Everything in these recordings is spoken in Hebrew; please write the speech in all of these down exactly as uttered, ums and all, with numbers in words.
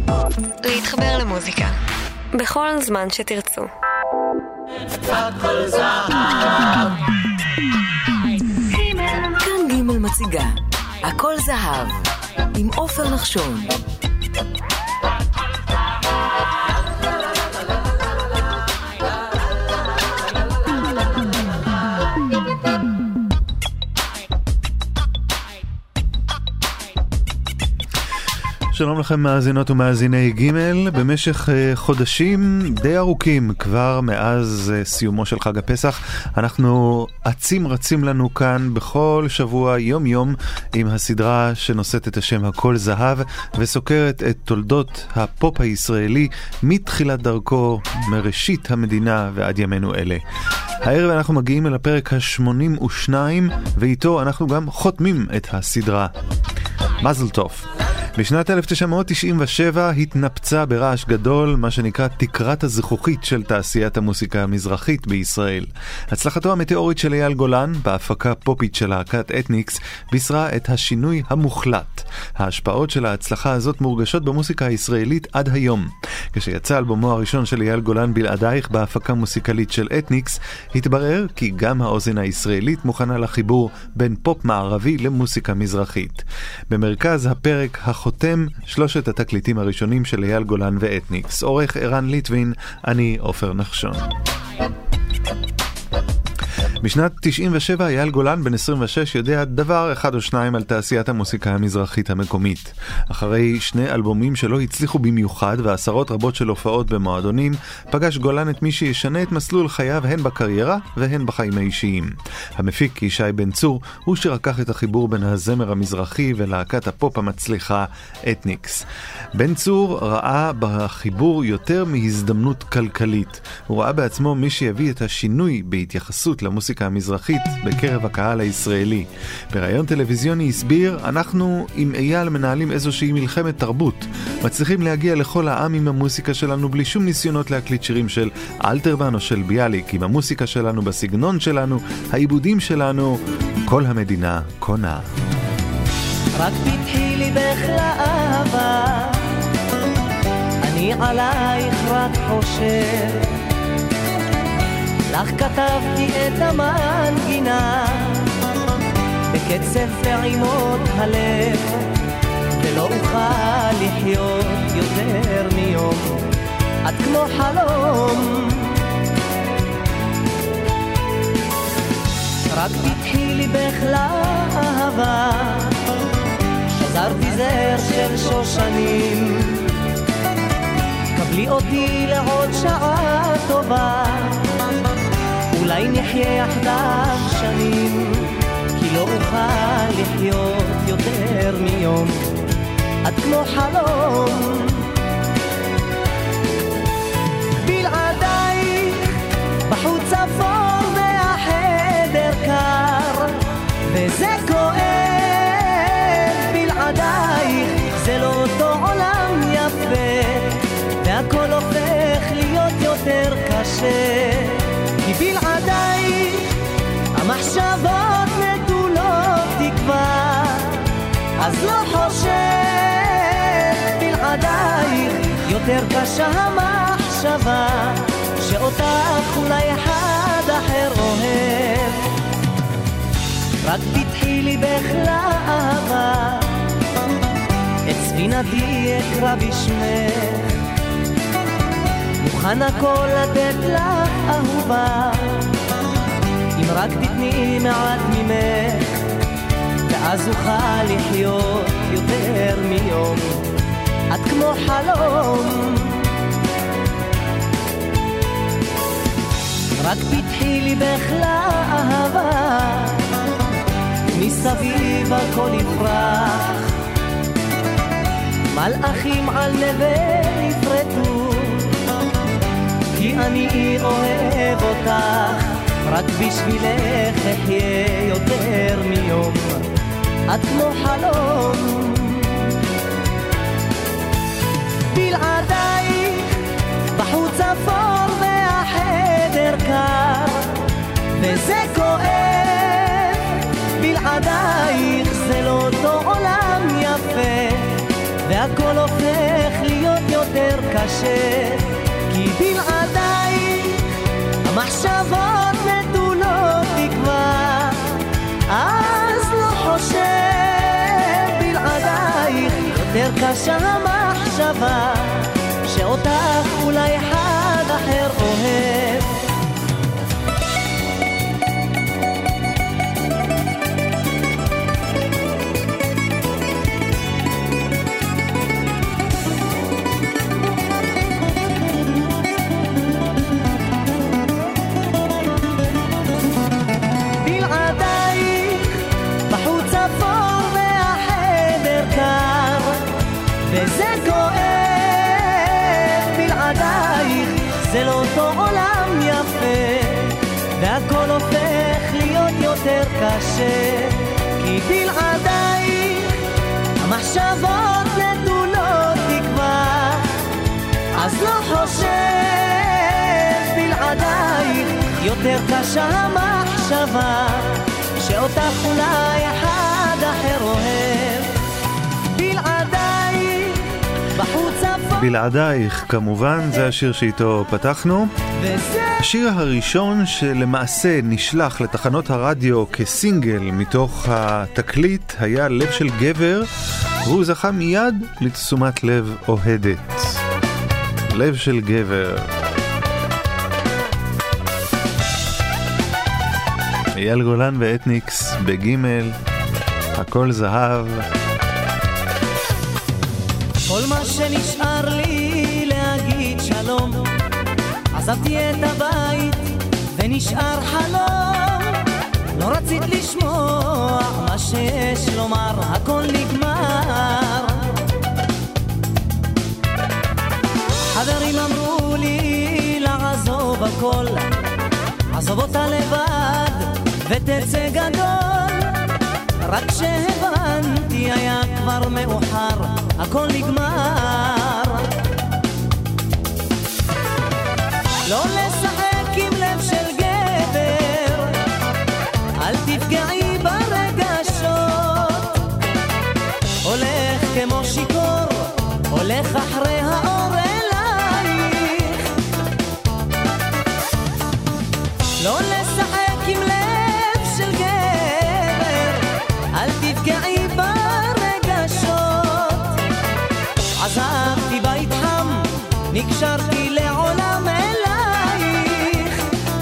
להתחבר למוזיקה בכל זמן שתרצו. הכל זהב. כאן גימל מציגה הכל זהב עם עופר נחשון. שלום לכם מאזינות ומאזיני גימל. במשך חודשים די ארוכים כבר מאז סיומו של חג הפסח אנחנו עצים רצים לנו כאן בכל שבוע יום יום עם הסדרה שנושאת את השם הכל זהב וסוקרת את תולדות הפופ הישראלי מתחילת דרכו מראשית המדינה ועד ימינו אלה. הערב אנחנו מגיעים אל הפרק ה-שמונים ושתיים ואיתו אנחנו גם חותמים את הסדרה. מזל טוב. בשנת אלף תשע מאות תשעים ושבע התנפצה ברעש גדול מה שנקרא תקרת הזכוכית של תעשיית המוסיקה המזרחית בישראל. הצלחתו המטאורית של אייל גולן בהפקה פופית של להקת אתניקס בישרה את השינוי המוחלט. ההשפעות של ההצלחה הזאת מורגשות במוסיקה הישראלית עד היום. כשיצא אלבומו הראשון של אייל גולן בלעדייך בהפקה מוסיקלית של אתניקס, התברר כי גם האוזן הישראלית מוכנה לחיבור בין פופ מערבי למוסיקה מזרחית. במרכז הפרק החותם שלושת התקליטים הראשונים של אייל גולן ואתניקס. עורך ערן ליטווין, אני עופר נחשון. בשנת תשעים ושבע אייל גולן בן עשרים ושש יודע דבר אחד או שניים על תעשיית המוסיקה המזרחית המקומית. אחרי שני אלבומים שלא הצליחו במיוחד ועשרות רבות של הופעות במועדונים, פגש גולן את מי שישנה את מסלול חייו הן בקריירה והן בחיים האישיים. המפיק ישי בן צור הוא שרקח את החיבור בין הזמר המזרחי ולהקת הפופ המצליחה אתניקס. בן צור ראה בחיבור יותר מהזדמנות כלכלית. הוא ראה בעצמו מי שיביא את השינוי בהתייחסות למוסיקה המזרחית בקרב הקהל הישראלי. ברעיון טלוויזיוני הסביר, אנחנו עם אייל מנהלים איזושהי מלחמת תרבות. מצליחים להגיע לכל העם עם המוסיקה שלנו בלי שום ניסיונות להקליט שירים של אלתרמן או של ביאליק, עם המוסיקה שלנו בסגנון שלנו, העיבודים שלנו, כל המדינה קונה. רק פתחי לי בחלאבה, אני עלייך רק חושב, לך כתבתי את המנגינה בקצב פעימות הלב, ולא אוכל לחיות יותר מיום, את כמו חלום. רק פתחי לי בחלאבה, שזרתי זר של שושנים, קבלי אותי לעוד שעה טובה, אולי נחיה יחדיו שנים, כי לא אוכל לחיות יותר מיום, את כמו חלום. בלעדייך בחוץ אפור והחדר קר וזה כואב, בלעדייך זה לא אותו עולם יפה, והכל הופך להיות יותר קשה, כי בלעדייך המחשבות נטולות תקווה, אז לא חושב, בלעדייך יותר קשה המחשבה שאותך אולי אחד אחר אוהב. רק תתחי לי בחלאבה, את ספינתי אקרא בשמך, מוכן הכל לתת לך אהובה, אם רק תתני מעט ממך, ואז אוכל לחיות יותר מיום, את כמו חלום. רק פתחי לי בחלאבה, מסביב הכל יפרח, מלאכים על נבל יפרטו, כי אני אוהב אותך, רק בשבילך אחיה יותר מיום, את כמו חלום. בלעדייך בחוץ אפור והחדר קר וזה כואב, בלעדייך זה לא אותו עולם יפה, והכל הופך להיות קשה, כי בלעדייך המחשבות נטולות תקווה, אז לא חושב בלעדייך יותר קשה המחשבה שאותך אולי אחד אחר אוהב. וזה כואב בלעדייך, זה לא אותו עולם יפה, והכל הופך להיות יותר קשה, כי בלעדייך המחשבות נטולות תקווה, אז לא חושב בלעדייך יותר קשה המחשבה שאותך אולי אחד אחר אוהב. בלעדייך כמובן, זה השיר שאיתו פתחנו. השיר הראשון שלמעשה נשלח לתחנות הרדיו כסינגל מתוך התקליט היה לב של גבר, והוא זכה מיד לתשומת לב אוהדת. לב של גבר. אייל גולן ואתניקס בגימל, הכל זהב. כל מה שנשאר לי להגיד שלום, עזבתי את הבית ונשאר חלום, לא רצית לשמוע מה שיש לומר, הכל נגמר. חברים אמרו לי לעזוב הכל, עזוב אותה לבד ותצא גדול, רק שהבנתי היה כבר מאוחר, הכל נגמר. לא לשחק עם לב של גבר, אל תפגעי ברגשות, הולך כמו שיקור, הולך אחרי האור אלייך. לא לשחק עם לב של גבר, אל תפגעי ברגשות, עזבתי בית חם, נקשרתי לעולם אלייך.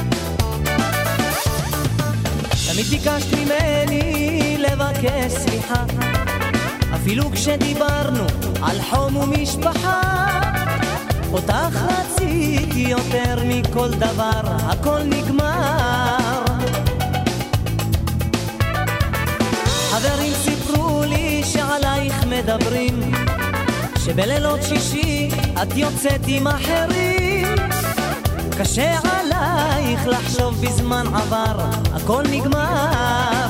תמיד ביקשת ממני לבקש סליחה, אפילו כשדיברנו על חום ומשפחה, אותך רציתי יותר מכל דבר, הכל נגמר. חברים סיפרו לי שעלייך מדברים, שבלילות שישי את יוצאת עם אחרים, קשה עלייך לחשוב בזמן עבר, הכל נגמר.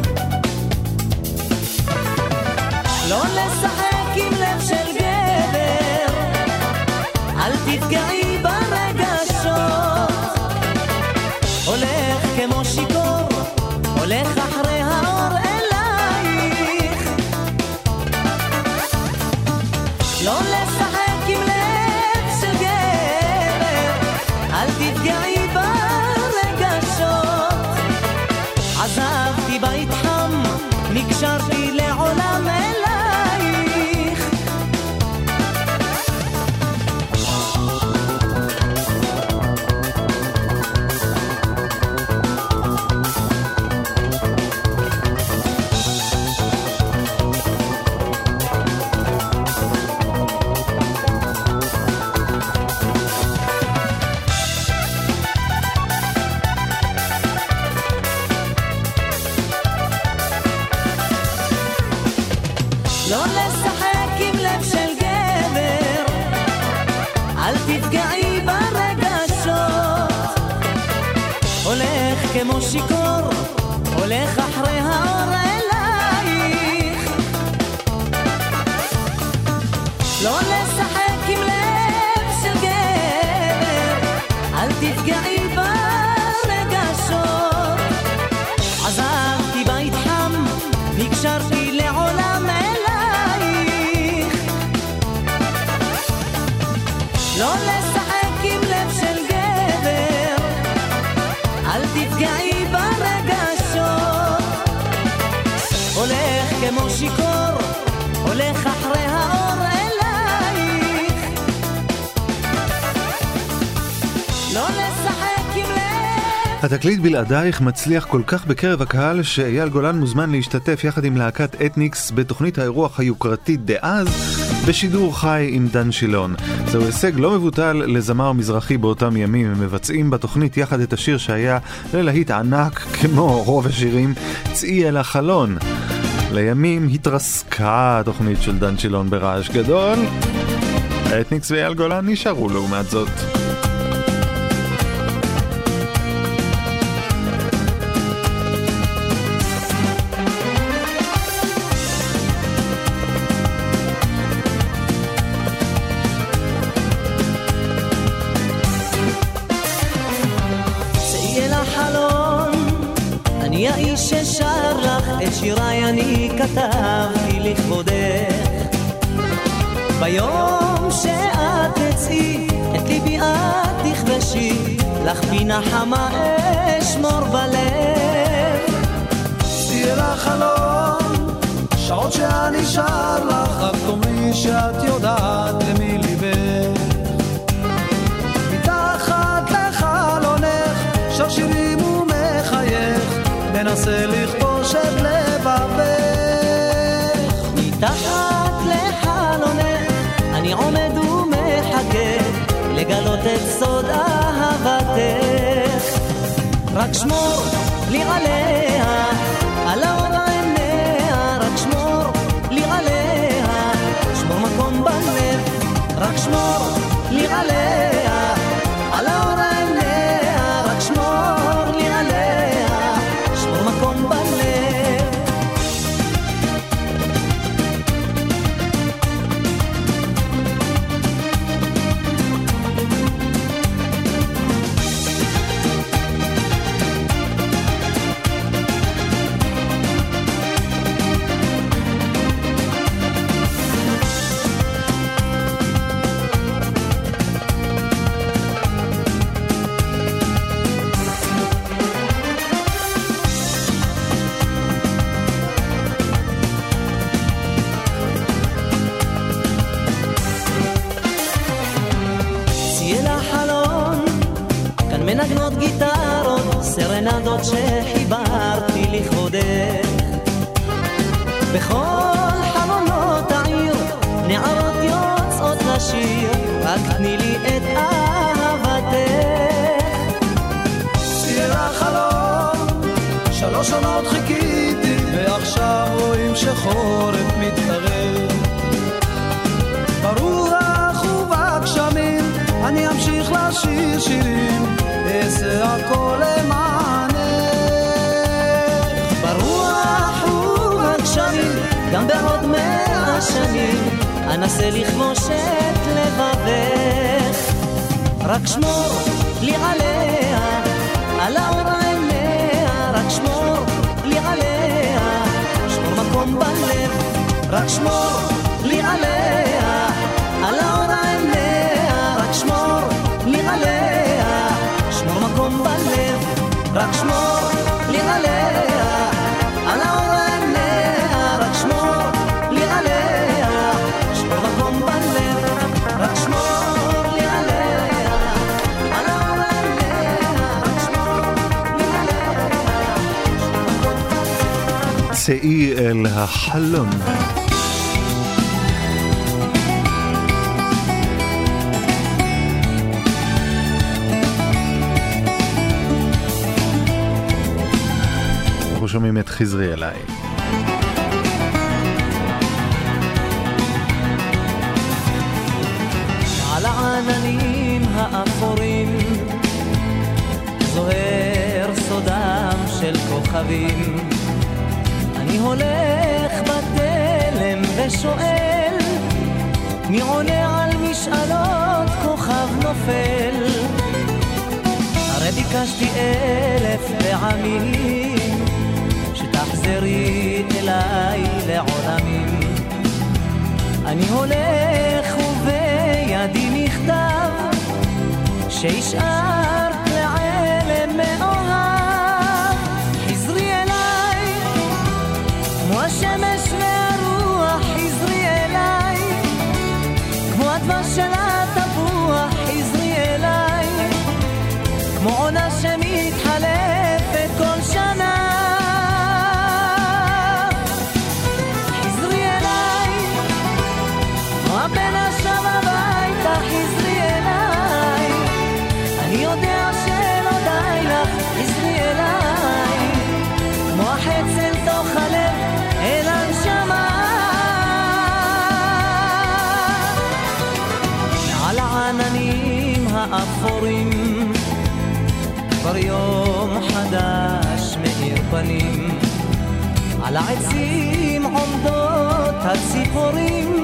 לא לשחק עם לב של גבר, אל תפגעי ברגשות, הולך כמו שיקור, הולך אחרי האור אלייך. לא לשחק עם לב של גבר, אל תפגעי ברגשות, עזבתי בית חם, נקשרתי לעולם אלייך. לא לשחק עם לב של גבר, אל תפגעי ברגשות, הולך כמו שיקור, הולך אחרי האור אלייך. לא לשחק עם לב של גבר, אל תפגעי ברגשות, עזבתי בית חם, נקשרתי לעולם אלייך. התקליט בלעדייך מצליח כל כך בקרב הקהל שאייל גולן מוזמן להשתתף יחד עם להקת אתניקס בתוכנית האירוח היוקרתית דאז בשידור חי עם דן שילון. זהו הישג לא מבוטל לזמר מזרחי באותם ימים. הם מבצעים בתוכנית יחד את השיר שהיה ללהיט ענק כמו רוב השירים, צאי אל החלון. לימים התרסקה התוכנית של דן שילון ברעש גדול. אתניקס ואייל גולן נשארו לעומת זאת. ששר לך את שיריי אני כתבתי לכבודך, ביום שאת תצאי את ליבי את תכבשי, לך פינה חמה אשמור בלב. תהיה לך חלום שעות שאני שר לך, רק תאמרי שאת יודעת למי ליבך, מתחת לחלונך שר שירים ומחייך, מנסה לכבוש את לבבך. מתחת לחלונך אני עומד ומחכה לגלות את סוד אהבתך, רק שמור לי עליה על האור עיניה, רק שמור לי עליה, שמור מקום בלב, רק שמור לי עליה על האור עיניה, רק שמור לי עליה, מקום בלב. מנגנות גיטרות, סרנדות שחיברתי לכבודך, בכל חלונות העיר נערות יוצאות לשיר, רק תני לי את אהבתך. תהיה חלום שלוש עונות חיכיתי, ועכשיו רואים שחורף מתקרב, ברוח ובגשמים אני אמשיך לשיר שירים, אעשה הכל למענך. ברוח ובגשמים גם בעוד מאה שנים אנסה לכבוש את לבבך, רק שמור לי עליה על האור עיניה, רק שמור לי עליה, שמור מקום בלב, רק שמור לי עליה על האור עיניה, רק שמור לי עליה, שמור מקום בלב, רק שמור לי עליה על האור עיניה, רק שמור לי עליה, שמור מקום בלב, רק שמור לי עליה על האור עיניה, רק שמור לי עליה, צאי אל החלון. שומעים את חזרי אליי. על העננים האפורים זוהר סודם של כוכבים, אני הולך בתלם ושואל מי עונה על משאלות כוכב נופל, הרי ביקשתי אלף פעמים תחזרי אליי לעולמים, אני הולך ובידי מכתב שישאר לעלם מאוהב, חזרי אליי כמו השמש והרוח, חזרי אליי כמו הדבר של התפוח, חזרי אליי כמו עונה שמתחלק האפורים, כבר יום חדש מאיר פנים, על העצים עומדות הציפורים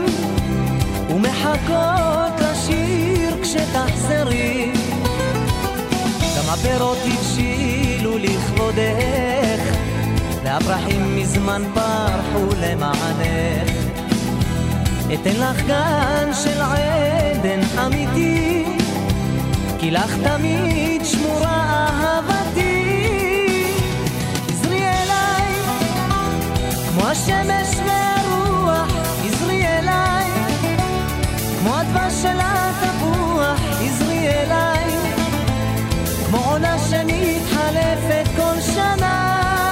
ומחכות לשיר כשתחזרי. גם הפירות הבשילו לכבודך, והפרחים מזמן פרחו למענך. אתן לך גן של עדן אמיתי, כי לך תמיד שמורה אהבתי. עזרי אליי כמו השמש והרוח, עזרי אליי כמו הדבש של התפוח, עזרי אליי כמו עונה שמתחלפת כל שנה.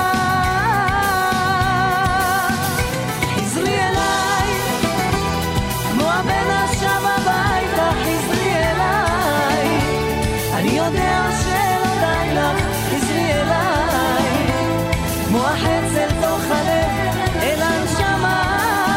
עזרי אליי כמו הבן השב הביתה, עזרי אליי, אני יודע שלא די לך, עזרי אליי כמו החץ אל תוך הלב אל הנשמה.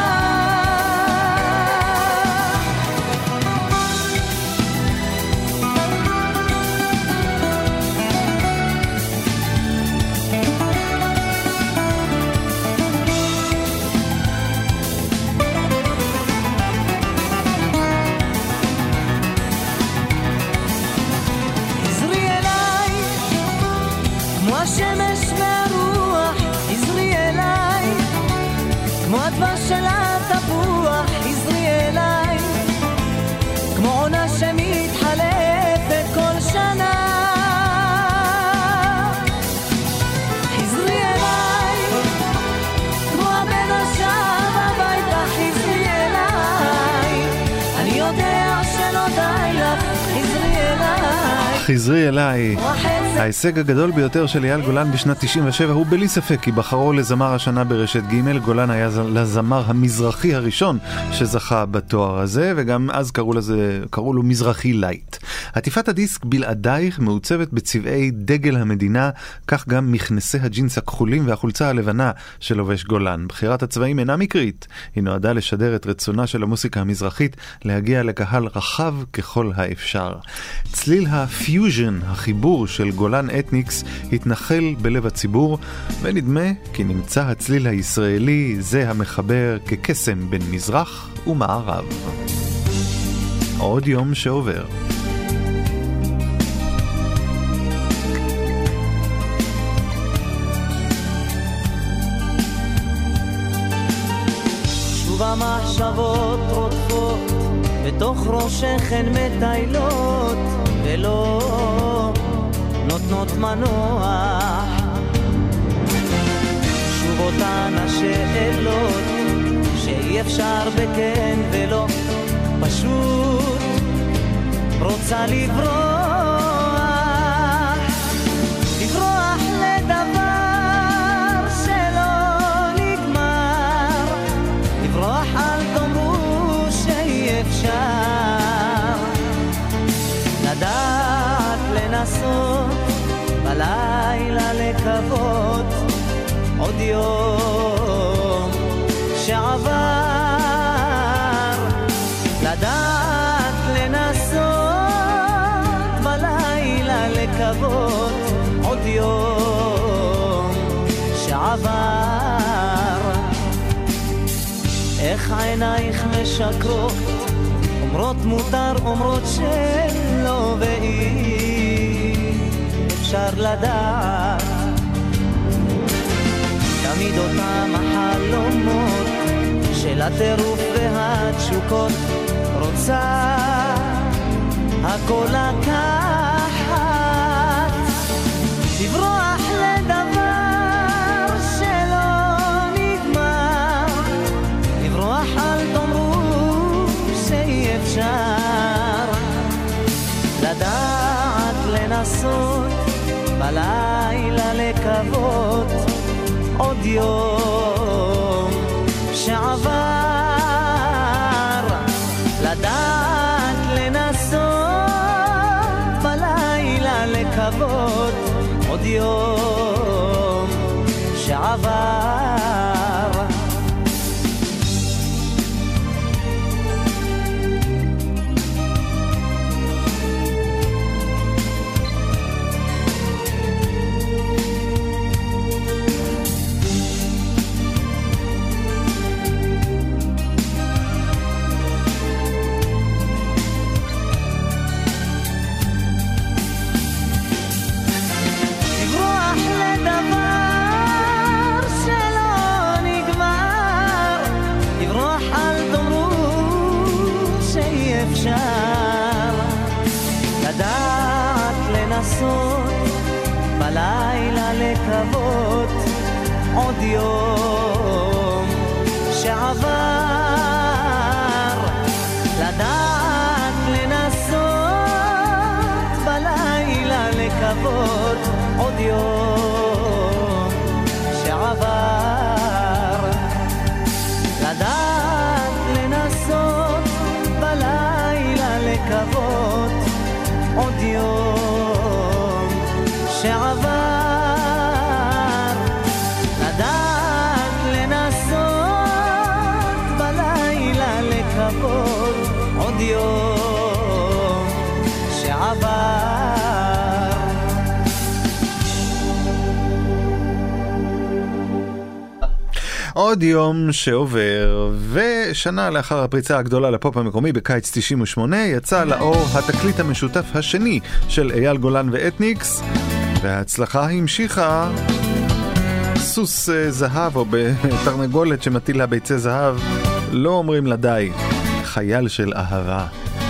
השמש והרוח, עזרי אליי כמו הדבש של התפוח, עזרי אליי כמו עונה שמתחלפת כל שנה. עזרי אליי כמו הבן השב הביתה, עזרי אליי, אני יודע שלא די לך, עזרי אליי, חזרי אליי. ההישג הגדול ביותר של אייל גולן בשנת תשעים ושבע הוא בלי ספק כי בחרו לזמר השנה ברשת ג'. גולן היה לזמר המזרחי הראשון שזכה בתואר הזה, וגם אז קראו לזה, קראו לו מזרחי לייט. עטיפת הדיסק בלעדייך מעוצבת בצבעי דגל המדינה, כך גם מכנסי הג'ינס הכחולים והחולצה הלבנה שלובש גולן. בחירת הצבעים אינה מקרית, היא נועדה לשדר את רצונה של המוסיקה המזרחית להגיע לקהל רחב ככל האפשר. צליל הפיוז'ן, החיבור של גולן אתניקס, התנחל בלב הציבור, ונדמה כי נמצא הצליל הישראלי זה המחבר כקסם בין מזרח ומערב. עוד יום שעובר. שוב המחשבות רודפות בתוך ראשך הן מטיילות ולא נותנות מנוח. שוב אותן השאלות שאי אפשר בכן ולא, פשוט רוצה לברוח, לברוח לדבר שלא נגמר, לברוח אל תאמרו שאי אפשר, לדעת לנסות בלילה לקוות עוד יום שעבר, לדעת לנסות בלילה לקוות עוד יום שעבר. איך עינייך משקרות, אומרות מותר, אומרות שלא, ואי אפשר לדעת, תמיד אותם החלומות של הטירוף והתשוקות, רוצה הכל לקחת, לברוח לדבר שלא נגמר, לברוח אל תאמרו שאי אפשר, לדעת לנסות בלילה לקוות עוד יום שעבר, לדעת לנסות בלילה לקוות עוד יום שעבר. אל תאמרו שאי אפשר לדעת לנסות בלילה לקוות עוד יום שעבר, לדעת לנסות בלילה לקוות עוד יום שעבר, לדעת לנסות בלילה לקוות עוד יום שעבר, לדעת לנסות בלילה לקוות עוד יום שעבר. עוד יום שעובר, ושנה לאחר הפריצה הגדולה לפופ המקומי בקיץ תשעים ושמונה יצא לאור התקליט המשותף השני של אייל גולן ואתניקס, וההצלחה המשיכה. סוס זהב או בתרנגולת שמטילה ביצי זהב לא אומרים לה די, חייל של אהבה.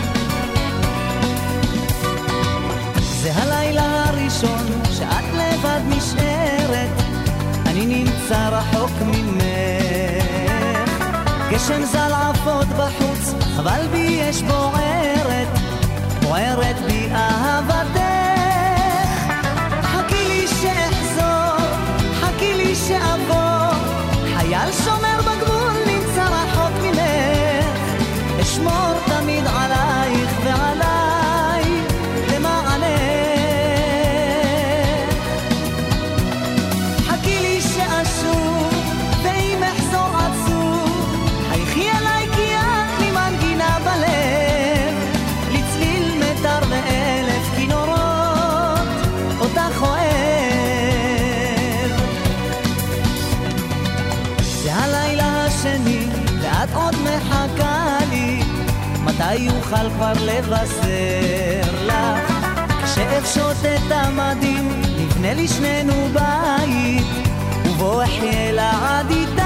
זה הלילה הראשון שאת לבד נשארת, אני נמצא רחוק ממך, גשם זל עפות בחוץ, אבל בי יש בוערת, בוערת בי אהבתך. חכי לי שאחזור, חכי לי שאבוא, חייל שומר בגבול נמצא רחוק ממך, אשמור תמיד עלייך ועליי למענך. חכי לי שאשוב ואם אחזור עצוב, חייכי אליי כי את לי מנגינה בלב, לצליל מטר ואלף כינורות אותך אוהב. זה הלילה השני ואת עוד מחכה לי, מתי יוכל כבר לבשר לך, כשאפשוט את המדים נבנה לי שנינו בית ובו אחיה לעד איתך.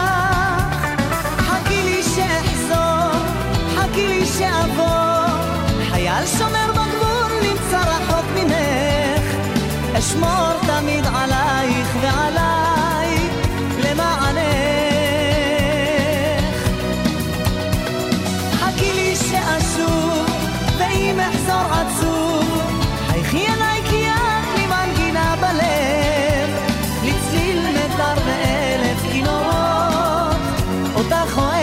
חכי לי שאחזור, חכי לי שאבוא, חייל שומר בגבול נמצא רחוק ממך, אשמור תמיד עלייך ועליי למענך. חכי לי שאשוב ואם אחזור עצוב, חייכי אליי כי את לי מנגינה בלב, לצליל מטר ואלף כינורות אותך אוהב.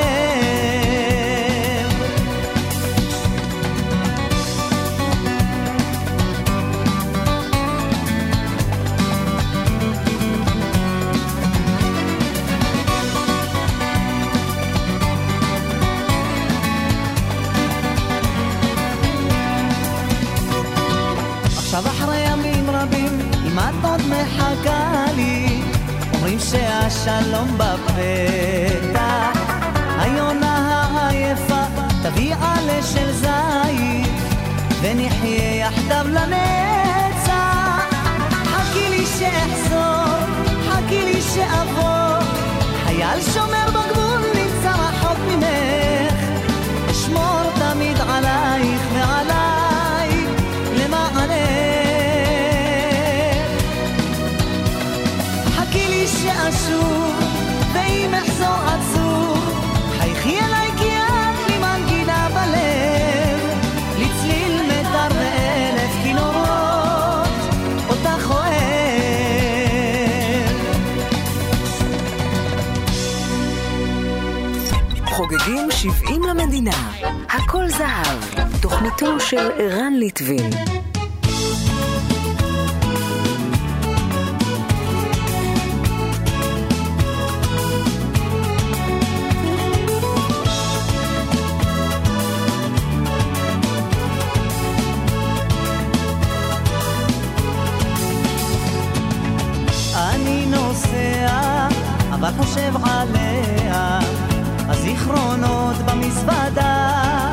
עכשיו אחרי ימים רבים, אם את עוד מחכה לי, אומרים שהשלום בפתח, היונה העייפה תביא עלה של זית, ונחיה יחדיו לנצח. חכי לי שאחזור, חכי לי שאבוא, חייל שומר בגבול נמצא רחוק ממך, אשמור תמיד עלייך ועליי למענך. חכי לי שאשוב ואם אחזור עצוב, חייכי אליי כי את לי מנגינה בלב, לצליל מטר ואלף כינורות אותך אוהב. חוגגים שבעים למדינה, הכל זהב, תוכניתו של ערן ליטבין. אני נוסע אבל חושב עליה, הזיכרונות במזוודה,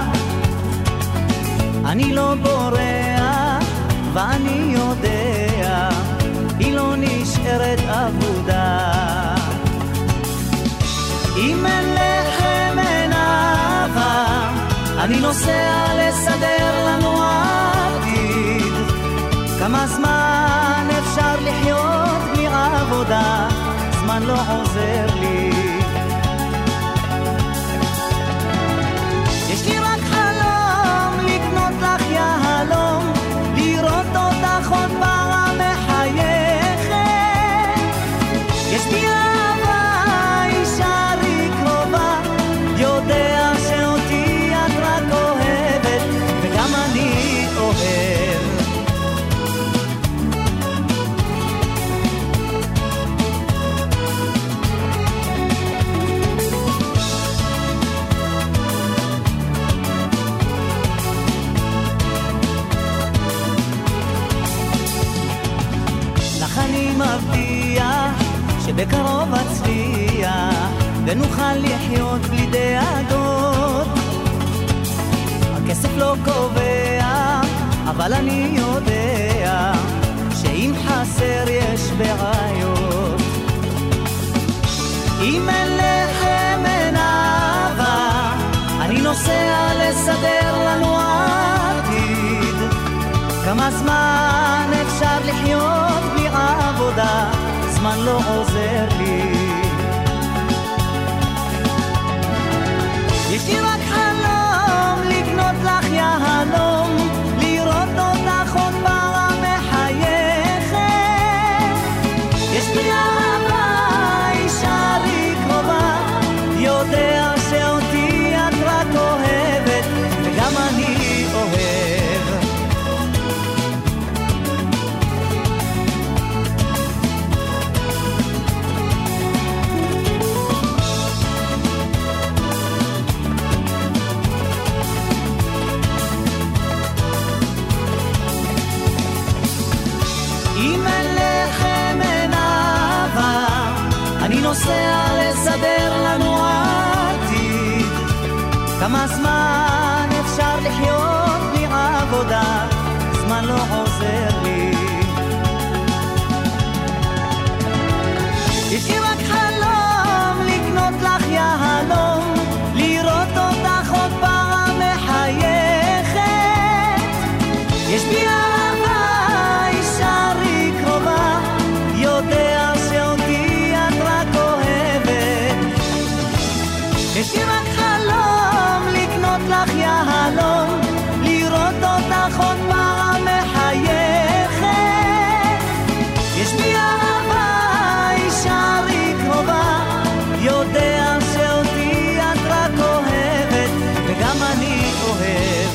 אני לא בורח ואני יודע, היא לא נשארת עבודה. אם אין לחם אין אני נוסע לסדר לנו עתיד. כמה זמן אפשר לחיות בלי עבודה, זמן לא עוזר לי. יש לי רק חלום לקנות לך יהלום, לראות אותך עוד פעם מחייכת. יש לי אהבה, אישה לי קרובה, יודע שאותי את רק אוהבת, וגם אני אוהב. לך אני מבטיח שבקרוב אצליח ונוכל לחיות בלי דאגות. הכסף לא קובע, אבל אני יודע שאם חסר יש בעיות. אם אין לכם אין אהבה, אני נוסע לסדר לנו עתיד. כמה זמן אפשר לחיות בלי עבודה, זמן לא עוזר לי. יש לי רק חלום לקנות לך יהלום, לראות אותך עוד פעם מחייכת. יש לי אהבה, אישה לי קרובה, יודע שאותי את רק אוהבת, וגם אני אוהב. נוסע לסדר לנו עתיד. כמה זמן אפשר לחיות בלי עבודה, זמן לא עוזר לי. יש לי רק חלום לקנות לך יהלום, לראות אותך עוד פעם מחייכת. יש בי אהבה, אישה לי קרובה, יודע שאותי יש לי רק חלום לקנות לך יהלום, לראות אותך עוד פעם מחייכת. יש לי אהבה, אישה לי קרובה, יודע שאותי את רק אוהבת, וגם אני אוהב.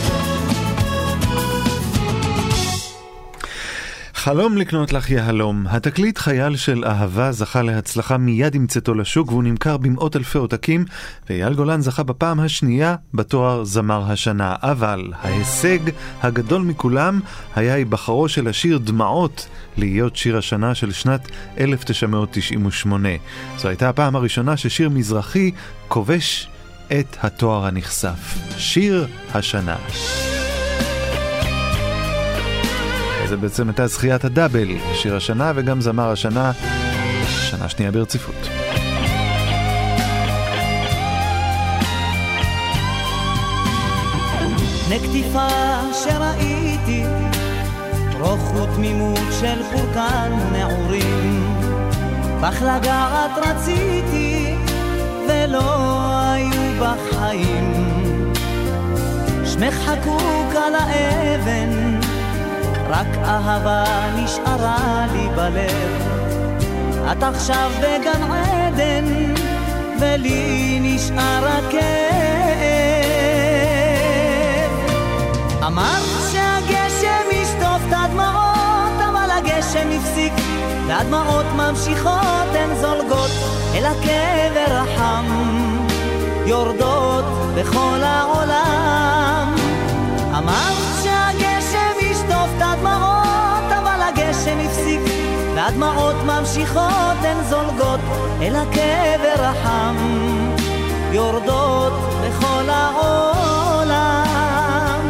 חלום לקנות לך יהלום. התקליט חייל של אהבה זכה להצלחה מיד עם צאתו לשוק, והוא נמכר במאות אלפי עותקים, ואייל גולן זכה בפעם השנייה בתואר זמר השנה. אבל ההישג הגדול מכולם היה היבחרו של השיר דמעות להיות שיר השנה של שנת אלף תשע מאות תשעים ושמונה. זו הייתה הפעם הראשונה ששיר מזרחי כובש את התואר הנחשף. שיר השנה. זה בעצם הייתה זכיית הדאבל, שיר השנה וגם זמר השנה, שנה שנייה ברציפות. נקטיפה שראיתי, רוך ותמימות של פורקן נעורים, בך לגעת רציתי ולא היו בחיים. שמך חקוק על האבן, רק אהבה נשארה לי בלב. את עכשיו בגן עדן ולי נשאר הכאב. אמרת שהגשם ישטוף את הדמעות, אבל הגשם הפסיק והדמעות ממשיכות, הן זולגות אל הקבר החם, יורדות בכל העולם. אמרת שהגשם ישטוף את הדמעות, אבל הגשם הפסיק והדמעות ממשיכות, הן זולגות אל הקבר החם, יורדות בכל העולם.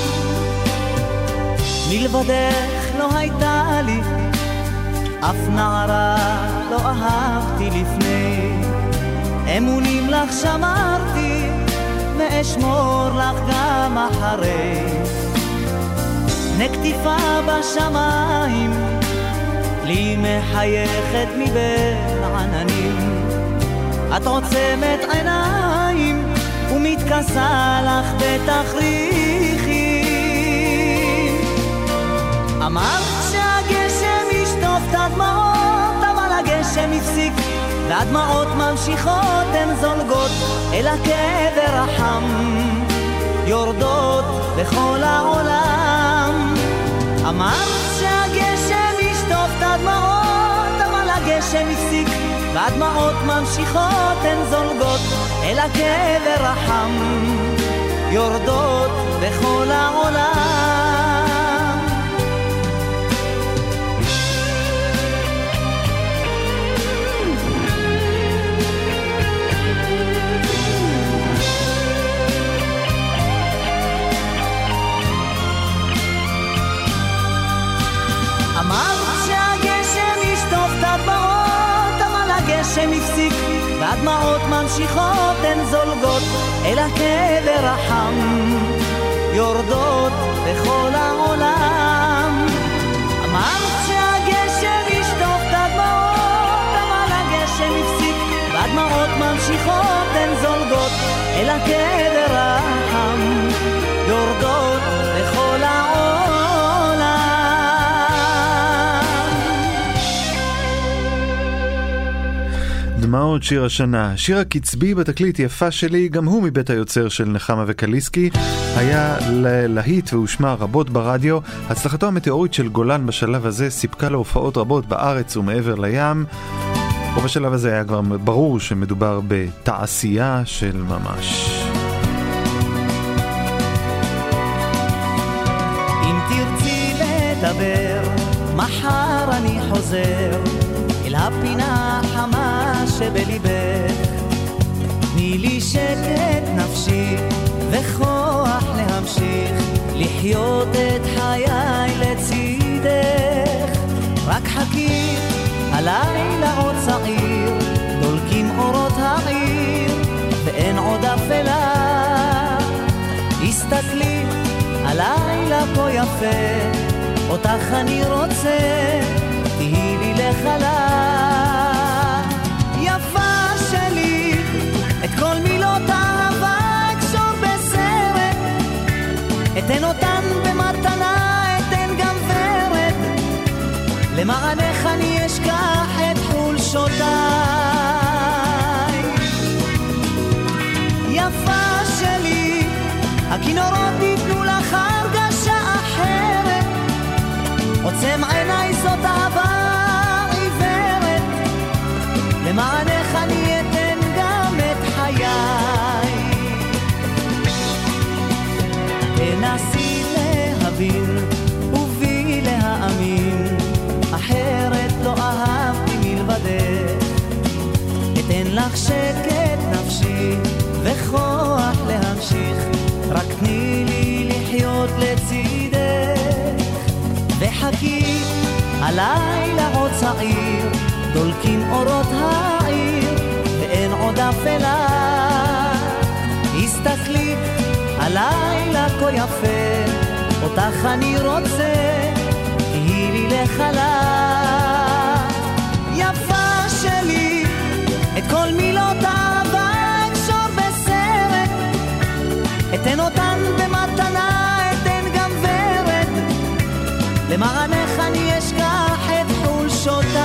מלבדך לא הייתה לי אף נערה, לא אהבתי לפני, אמונים לך שמרתי אשמור לך גם אחרי נקטיפה בשמיים לי מחייכת מבין עננים את עוצמת עיניים ומתכסה לך בתכריכים אמרת שהגשם ישטוף את הדמעות אבל הגשם הפסיק והדמעות ממשיכות הן זולגות אל הכאב הרחם יורדות בכל העולם אמרת שהגשם ישטוף את הדמעות אבל הגשם הפסיק והדמעות ממשיכות הן זולגות אל הכאב הרחם יורדות בכל העולם אמרת שהגשם ישטוף את הדמעות אבל הגשם הפסיק והדמעות ממשיכות הן זולגות אל הכאב הרחם יורדות בכל העולם אמרת שהגשם ישטוף את הדמעות אבל הגשם הפסיק והדמעות ממשיכות הן זולגות אל הכאב הרחם יורדות בכל העולם דמעות שיר השנה, שיר הקצבי בתקליט יפה שלי, גם הוא מבית היוצר של נחמה וקליסקי, היה להיט והושמע רבות ברדיו. הצלחתו המטאורית של גולן בשלב הזה סיפקה לו הופעות רבות בארץ ומעבר לים, ובשלב הזה היה כבר ברור שמדובר בתעשייה של ממש. אם תרצי לדבר מחר אני חוזר אל הפינה החמה שבליבך תני לי שקט נפשי וכוח להמשיך לחיות את חיי לצידך רק חכי הלילה עוד צעיר דולקים אורות העיר ואין עוד אפלה הסתכלי הלילה פה יפה אותך אני רוצה תהי לי לחלה יפה שלי את כל מילות אהבה אקשור בסרט אתן אותן במתנה אתן גם ורד למענך אני אשכח את חולשותיי יפה שלי הכינורות ייתנו לך הרגשה אחרת עוצם עיניי זאת אהבה עיוורת למענך אני אתן גם את חיי תנסי להבין ובי להאמין אחרת לא אהבתי מלבדך אתן לך שקט נפשי וכוח להמשיך רק תני לי לחיות לצידך וחכי הלילה עוד צעיר דולקים אורות העיר ואין עוד אפלה הסתכלי הלילה כה יפה אותך אני רוצה תהי לי לחלה יפה שלי את כל מילות אהבה אקשור בסרט אתן אותן במתנה אתן גם ורד למענך אני אשכח את חולשותיי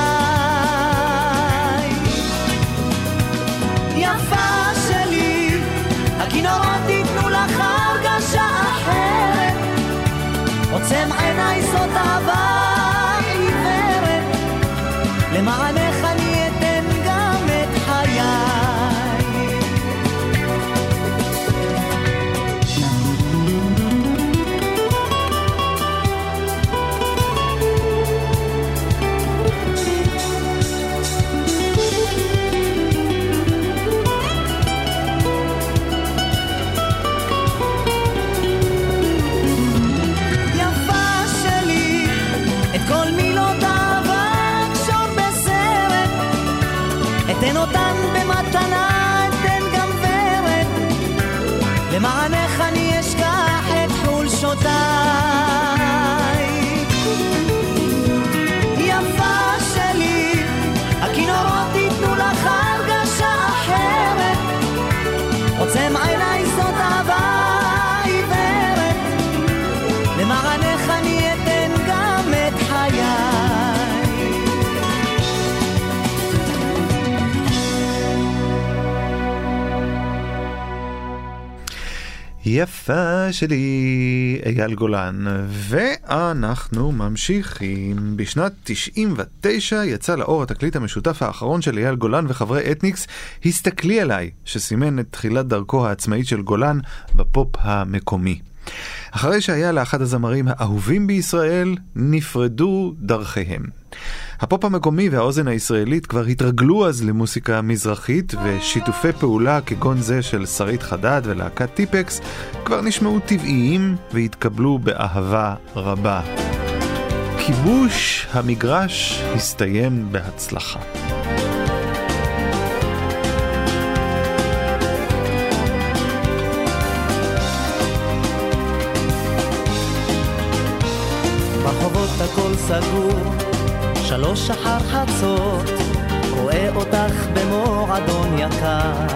יפה שלי הכינורות ייתנו לך הרגשה אחרת עוצם עיניי זאת אהבה עיוורת למענך אני אתן גם את חיי למענך אני אשכח את חולשותיי. יפה שלי, הכינורות ייתנו לך הרגשה אחרת, עוצם עיניי זאת אהבה עיוורת, למענך אני אתן גם את חיי. יפה שלי, אייל גולן. ואנחנו ממשיכים. בשנת תשעים ותשע יצא לאור התקליט המשותף האחרון של אייל גולן וחברי אתניקס, הסתכלי עליי, שסימן את תחילת דרכו העצמאית של גולן בפופ המקומי. אחרי שהיה לאחד הזמרים האהובים בישראל, נפרדו דרכיהם. הפופ המקומי והאוזן הישראלית כבר התרגלו אז למוסיקה מזרחית, ושיתופי פעולה כגון זה של שרית חדד ולהקת טיפקס כבר נשמעו טבעיים והתקבלו באהבה רבה. כיבוש המגרש הסתיים בהצלחה. ברחובות הכל סגור, שלוש אחר חצות, רואה אותך במועדון יקר,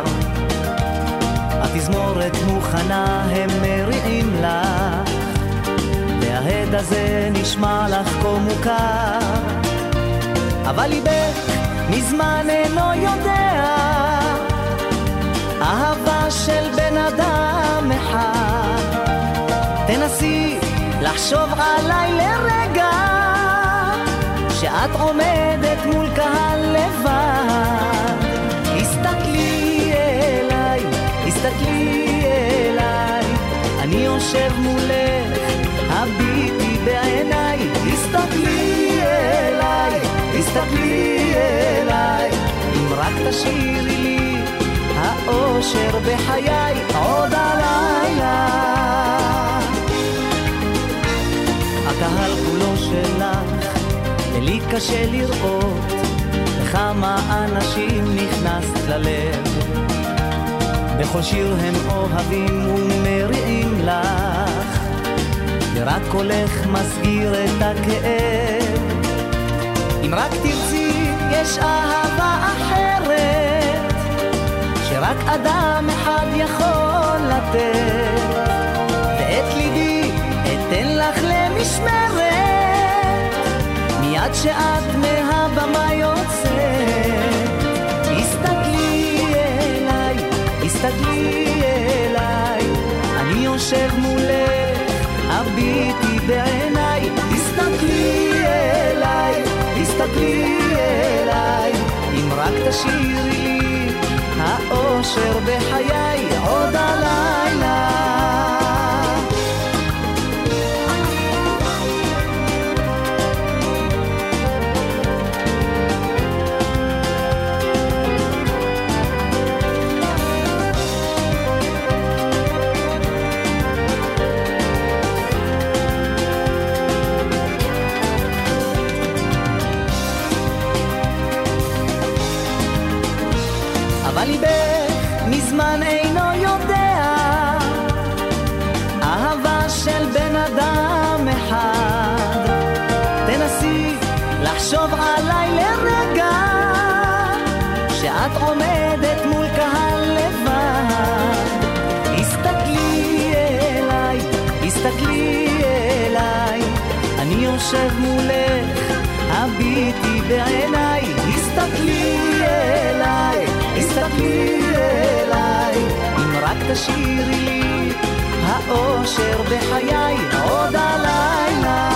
התזמורת מוכנה, הם מריעים לך, וההד הזה נשמע לך כה מוכר, אבל ליבך מזמן אינו יודע, אהבה של בן אדם אחד. תנסי לחשוב עליי לרגע, שאת עומדת מול קהל לבד. הסתכלי אליי, הסתכלי אליי, אני יושב מולך, הביטי בעיניי. הסתכלי אליי, הסתכלי אליי, אם רק תשאירי לי האושר בחיי עוד הלילה. הקהל כולו שלך, ולי קשה לראות לכמה אנשים נכנסת ללב. בכל שיר הם אוהבים ומריעים לך, ורק קולך מסגיר את הכאב. אם רק תרצי יש אהבה אחרת, שרק אדם אחד יכול לתת, ואת ליבי אתן לך למשמרת, מיד שאת מהבמה יוצאת. הסתכלי אליי, הסתכלי אליי, אני יושב מולך, הביטי בעיניי. הסתכלי אליי, הסתכלי אליי, אם רק תשאירי לי האושר בחיי עוד הלילה. אבל ליבך מזמן אינו יודע, אהבה של בן אדם אחד. תנסי לחשוב עליי לרגע, שאת עומדת מול קהל לבד. הסתכלי אליי, הסתכלי אליי, אני יושב מולך, הביטי בעיניי. הסתכלי אליי, הסתכלי אליי, אם רק תשאירי לי האושר בחיי עוד הלילה,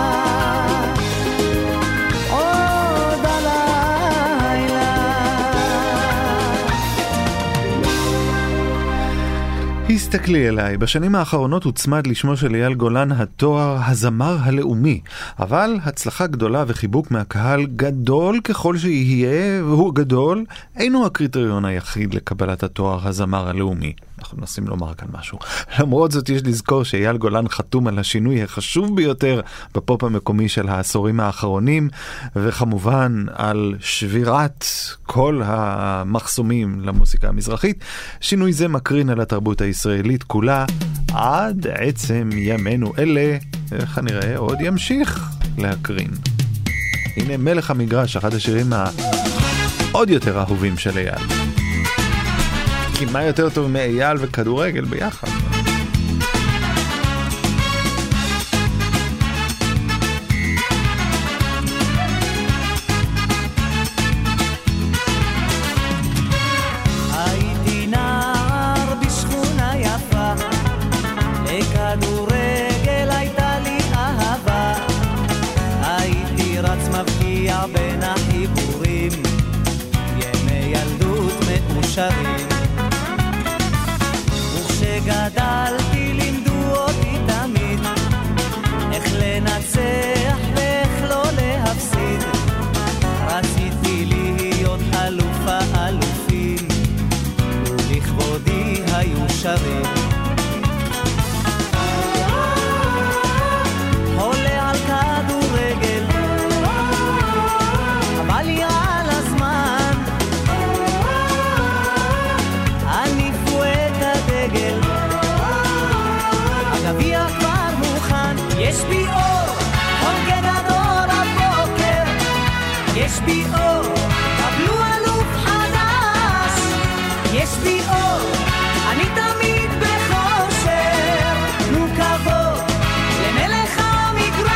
עוד הלילה. הסתכלי אליי. בשנים האחרונות הוצמד לשמו של אייל גולן התואר הזמר הלאומי, אבל הצלחה גדולה וחיבוק מהקהל גדול ככל שיהיה, והוא גדול, אינו הקריטריון היחיד לקבלת התואר הזמר הלאומי. אנחנו מנסים לומר כאן משהו. למרות זאת יש לזכור שאייל גולן חתום על השינוי החשוב ביותר בפופ המקומי של העשורים האחרונים, וכמובן על שבירת כל המחסומים למוסיקה המזרחית. שינוי זה מקרין על התרבות הישראלית הישראלית כולה עד עצם ימינו אלה, כנראה עוד ימשיך להקרין. הנה מלך המגרש, אחד השירים העוד יותר אהובים של אייל. כי מה יותר טוב מאייל וכדורגל ביחד? וכשגדלתי לימדו אותי תמיד איך לנצח ואיך לא להפסיד. רציתי להיות אלוף האלופים ולכבודי היו שרים. עולה על כדורגל אבל יראה לזמן עניפו את הדגל הגביע כבר מוכן. יש בי אור חוגג הדור הבוקר, יש בי אור קבלו אלוף חדש. יש בי אור אני תמיד בחושר, נו כבוד למלך המגרש.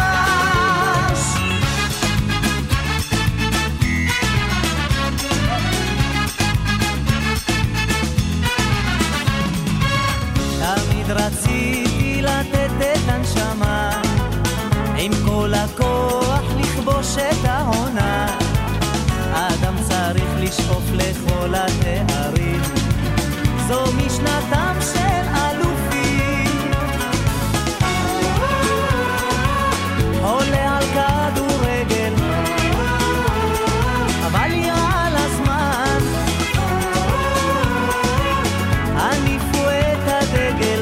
תמיד רציתי לתת את הנשמה עם כל הכוח לכבוש את העונה. אדם צריך לשאוף לכל התארים, זו משנתם של אלופים. עולה על כדורגל אבל יראה לזמן עניפו את הדגל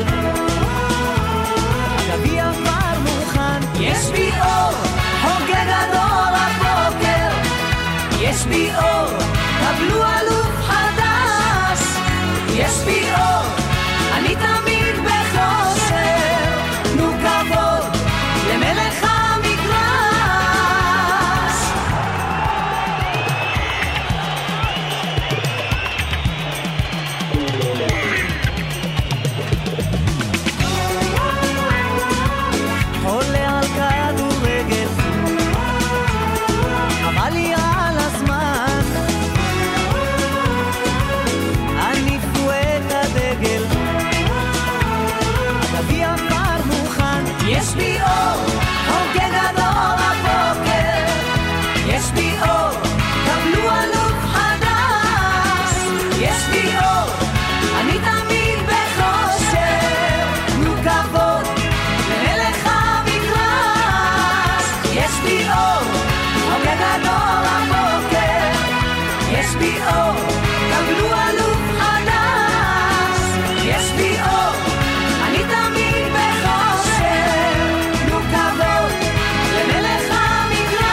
הגביע כבר מוכן. יש בי אור חוגג הדור הבוקר, יש בי אור קבלו אלוף חדש. יש בי אור אני תמיד בחושר, נו כבוד למלך המגרש. עולה על כדורגל אבל יראה לזמן עניפו את הדגל הגביע כבר מוכן. יש בי אור חוגג הדור הבוקר, יש בי אור קבלו אלוף חדש. יש בי אור אני תמיד בחושר, נו כבוד למלך המגרש. יש בי אור חוגג הדור הבוקר, יש בי אור קבלו אלוף חדש. יש בי אור אני תמיד בחושר, נו כבוד למלך המגרש.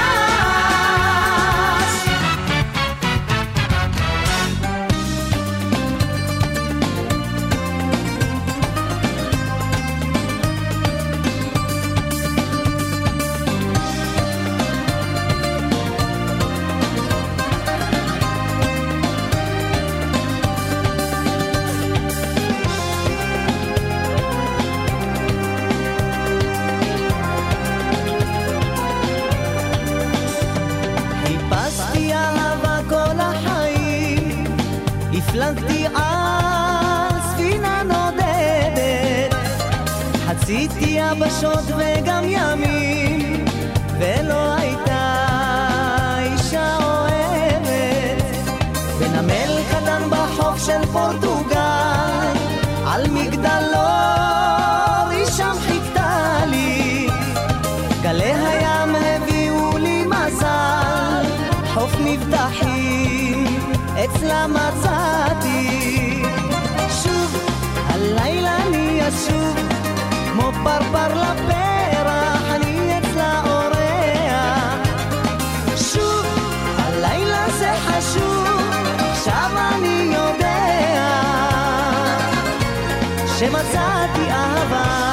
חיפשתי אהבה כל החיים, הפלגתי על ספינה נודדת, חציתי יבשות וגם ימים, ולא הייתה אישה אוהבת. בנמל קטן בחוף של פורטוגל, על מגדלור היא שם חיכתה לי, גלי הים הביאו לי מזל, חוף מבטחים אצלה מצאתי. שוב הלילה אני אשוב כמו פרפר לפרח, אני אצלה אורח. שוב הלילה זה חשוב, עכשיו אני יודע שמצאתי אהבה.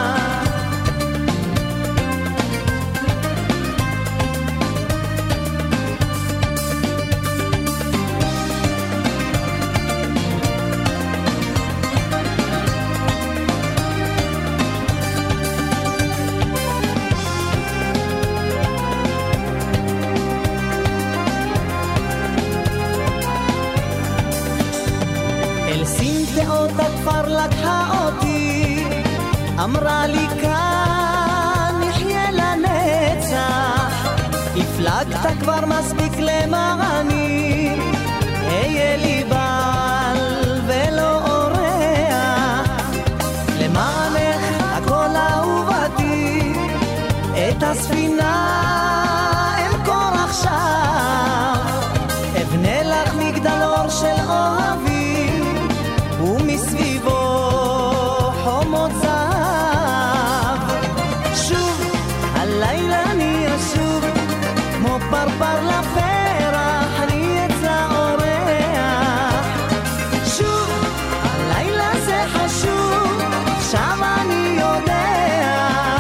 הכפר לקחה אותי, אמרה לי כאן נחיה לנצח, הפלגת כבר מספיק למעני, היה לי בעל ולא אורח, למענך הכל אהובתי, את הספינה אמכור עכשיו, אבנה לך מגדלור של אוהבים, ומסביבו חומות זהב. שוב הלילה אני אשוב כמו פרפר לפרח, אני אצלה אורח. שוב הלילה זה חשוב, עכשיו אני יודע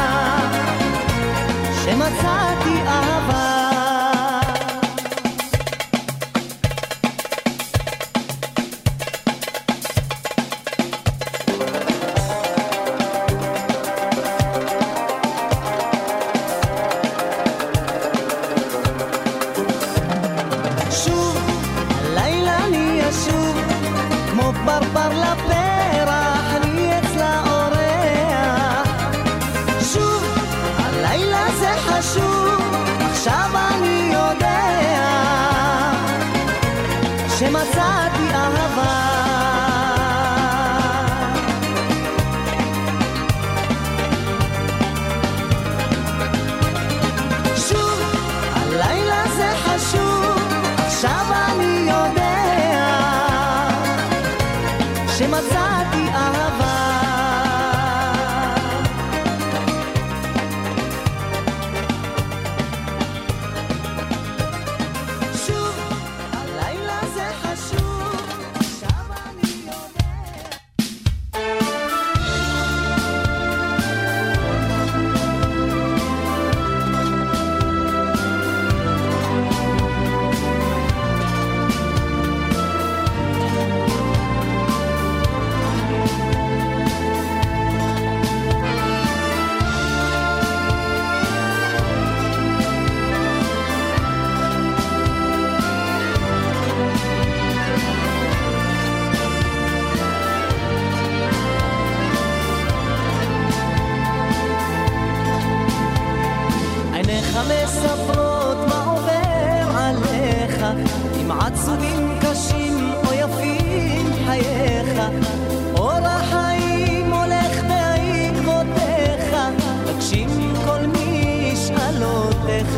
שמצאתי אהבה. ברבר לפרח, אני אצלה אורח. שוב הלילה זה חשוב, עכשיו אני יודע שמצאתי אהבה. שוב הלילה זה חשוב, עכשיו אני יודע שמצאתי אהבה. שוב הלילה זה חשוב, עכשיו אני יודע. מספרות מה עובר עליך, אם עצובים קשים או יפים חייך, אור החיים הולך בעקבותיך, תגשים כל משאלותיך.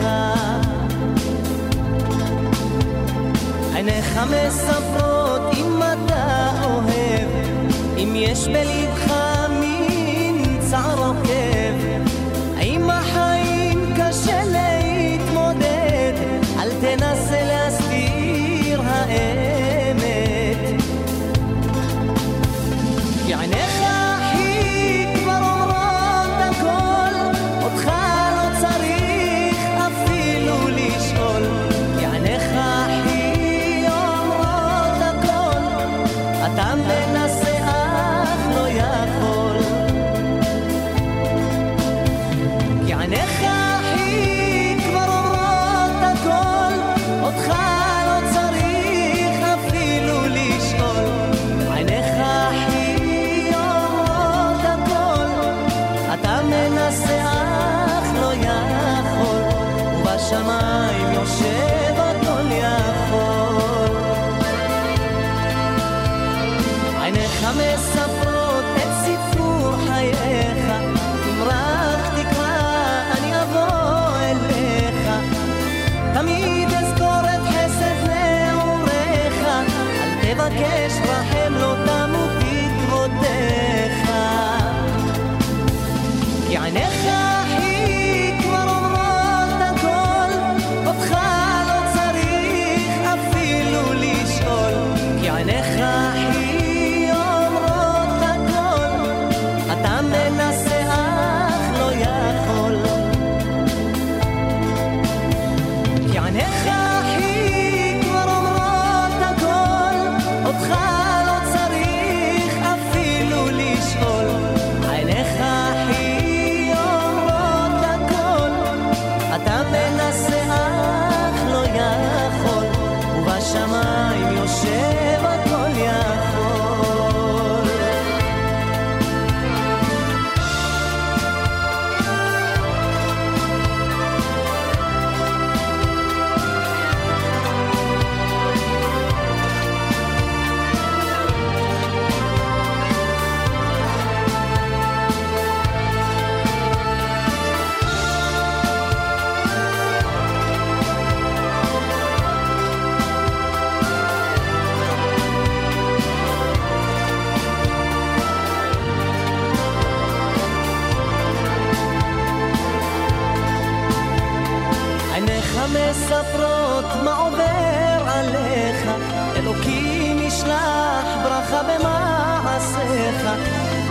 עיניך מספרות אם אתה אוהב, אם יש בלבך מין צער עוקב, האם החיים קשה להתמודד, אל תנסה להסתיר האמת, כי עיניך הכי כבר אומרות הכל, אותך לא צריך אפילו לשאול, כי עיניך הכי אומרות הכל, אתה מנסה אך לא יכול.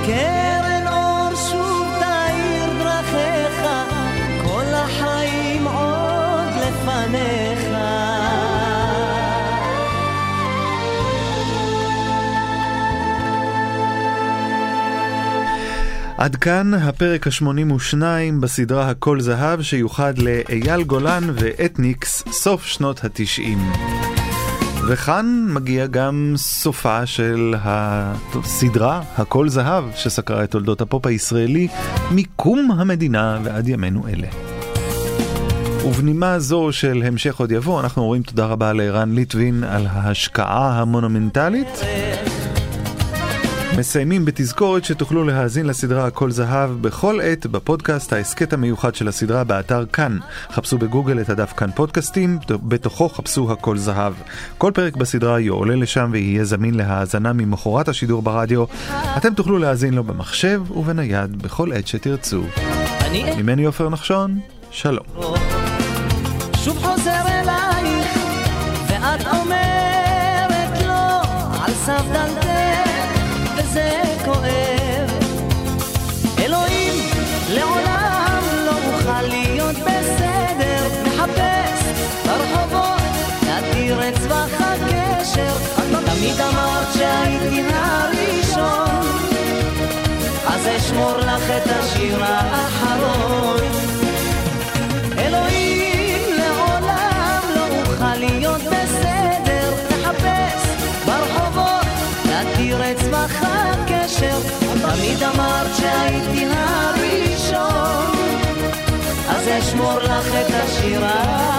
קרן אור שוב תאיר דרכיך, כל החיים עוד לפניך. עד כאן הפרק ה-שמונים ושתיים בסדרה הכל זהב, שיוחד לאייל גולן ואתניקס סוף שנות ה-תשעים. וכאן מגיע גם סופה של הסדרה הכל זהב, שסקרה את תולדות הפופ הישראלי מקום המדינה ועד ימינו אלה. ובנימה זו של המשך עוד יבוא, אנחנו אומרים תודה רבה לערן ליטווין על ההשקעה המונומנטלית. מסיימים בתזכורת שתוכלו להאזין לסדרה הכל זהב בכל עת בפודקאסט העסקת המיוחד של הסדרה באתר כאן. חפשו בגוגל את הדף כאן פודקאסטים, בתוכו חפשו הכל זהב. כל פרק בסדרה יועלה לשם ויהיה זמין להאזנה ממחרת השידור ברדיו. אתם תוכלו להאזין לו במחשב ובנייד בכל עת שתרצו. ממני עופר נחשון, שלום. שוב חוזר אלייך ואת אומרת לו על סף דלתך וזה כואב. אלוהים, לעולם לא אוכל להיות בסדר, מחפש ברחובות להדיר את צבח הקשר. תמיד אמרת שהייתי הראשון, אז אשמור לך את השיר האחרון. אלוהים, לעולם לא אוכל להיות בסדר, מחפש ברחובות להדיר את צבח הקשר. תמיד אמרת שהייתי הראשון, אז אשמור לך את השירה